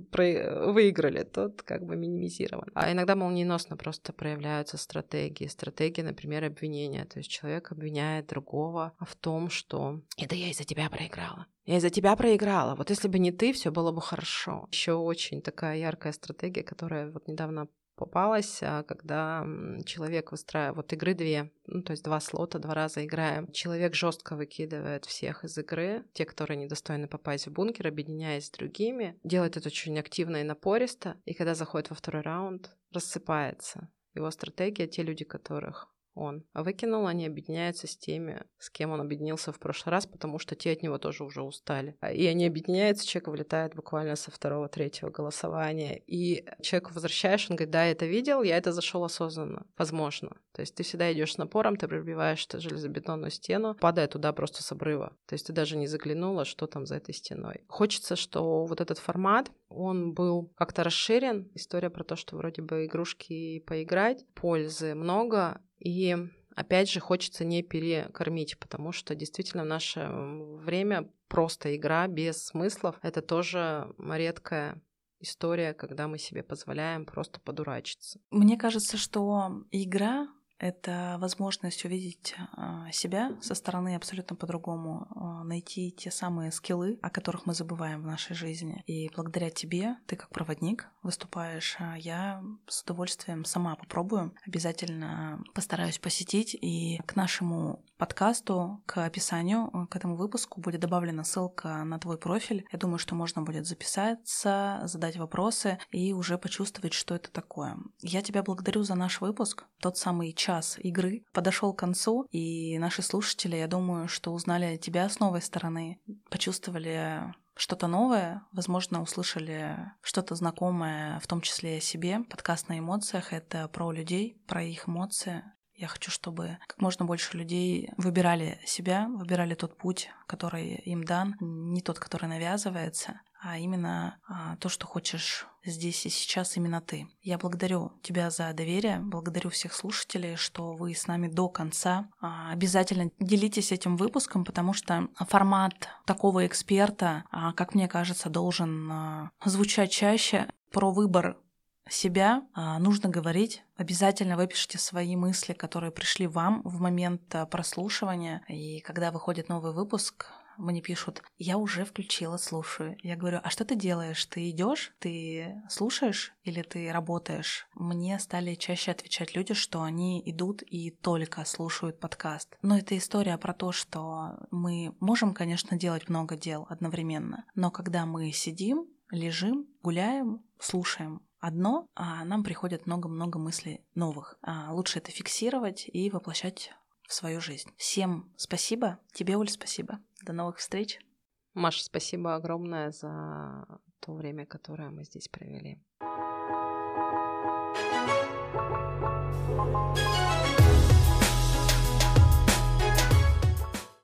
выиграли, тут как бы минимизировано. А иногда молниеносно просто проявляются стратегии, например, обвинения, то есть человек обвиняет другого в том, что «это я из-за тебя проиграла». Я из-за тебя проиграла. Вот если бы не ты, все было бы хорошо. Еще очень такая яркая стратегия, которая вот недавно попалась, когда человек выстраивает, вот игры 2, то есть 2 слота, 2 раза играем. Человек жестко выкидывает всех из игры, те, которые недостойны попасть в бункер, объединяясь с другими, делает это очень активно и напористо, и когда заходит во 2-й раунд, рассыпается. Его стратегия, те люди, которых он выкинул, они объединяются с теми, с кем он объединился в прошлый раз, потому что те от него тоже уже устали. И они объединяются, человек вылетает буквально со 2-3 голосования. И человеку возвращаешь, он говорит, да, я это видел, я это зашел осознанно. Возможно. То есть ты всегда идешь с напором, ты пробиваешь железобетонную стену, падая туда просто с обрыва. То есть ты даже не заглянула, что там за этой стеной. Хочется, что вот этот формат, он был как-то расширен. История про то, что вроде бы игрушки поиграть, пользы много, и опять же хочется не перекормить, потому что действительно в наше время просто игра без смыслов — это тоже редкая история, когда мы себе позволяем просто подурачиться. Мне кажется, что игра — это возможность увидеть себя со стороны абсолютно по-другому, найти те самые скиллы, о которых мы забываем в нашей жизни. И благодаря тебе, ты как проводник выступаешь, я с удовольствием сама попробую, обязательно постараюсь посетить, и к нашему подкасту, к описанию, к этому выпуску будет добавлена ссылка на твой профиль. Я думаю, что можно будет записаться, задать вопросы и уже почувствовать, что это такое. Я тебя благодарю за наш выпуск. Тот самый час игры подошел к концу, и наши слушатели, я думаю, что узнали тебя с новой стороны, почувствовали что-то новое, возможно, услышали что-то знакомое, в том числе и о себе. Подкаст на эмоциях — это про людей, про их эмоции. Я хочу, чтобы как можно больше людей выбирали себя, выбирали тот путь, который им дан, не тот, который навязывается, а именно то, что хочешь здесь и сейчас именно ты. Я благодарю тебя за доверие, благодарю всех слушателей, что вы с нами до конца. Обязательно делитесь этим выпуском, потому что формат такого эксперта, как мне кажется, должен звучать чаще. Про выбор себя нужно говорить. Обязательно выпишите свои мысли, которые пришли вам в момент прослушивания. И когда выходит новый выпуск, мне пишут: я уже включила, слушаю. Я говорю: а что ты делаешь? Ты идешь, ты слушаешь или ты работаешь? Мне стали чаще отвечать люди, что они идут и только слушают подкаст. Но это история про то, что мы можем, конечно, делать много дел одновременно, но когда мы сидим, лежим, гуляем, слушаем одно, нам приходит много-много мыслей новых. Лучше это фиксировать и воплощать в свою жизнь. Всем спасибо. Тебе, Оль, спасибо. До новых встреч. Маша, спасибо огромное за то время, которое мы здесь провели.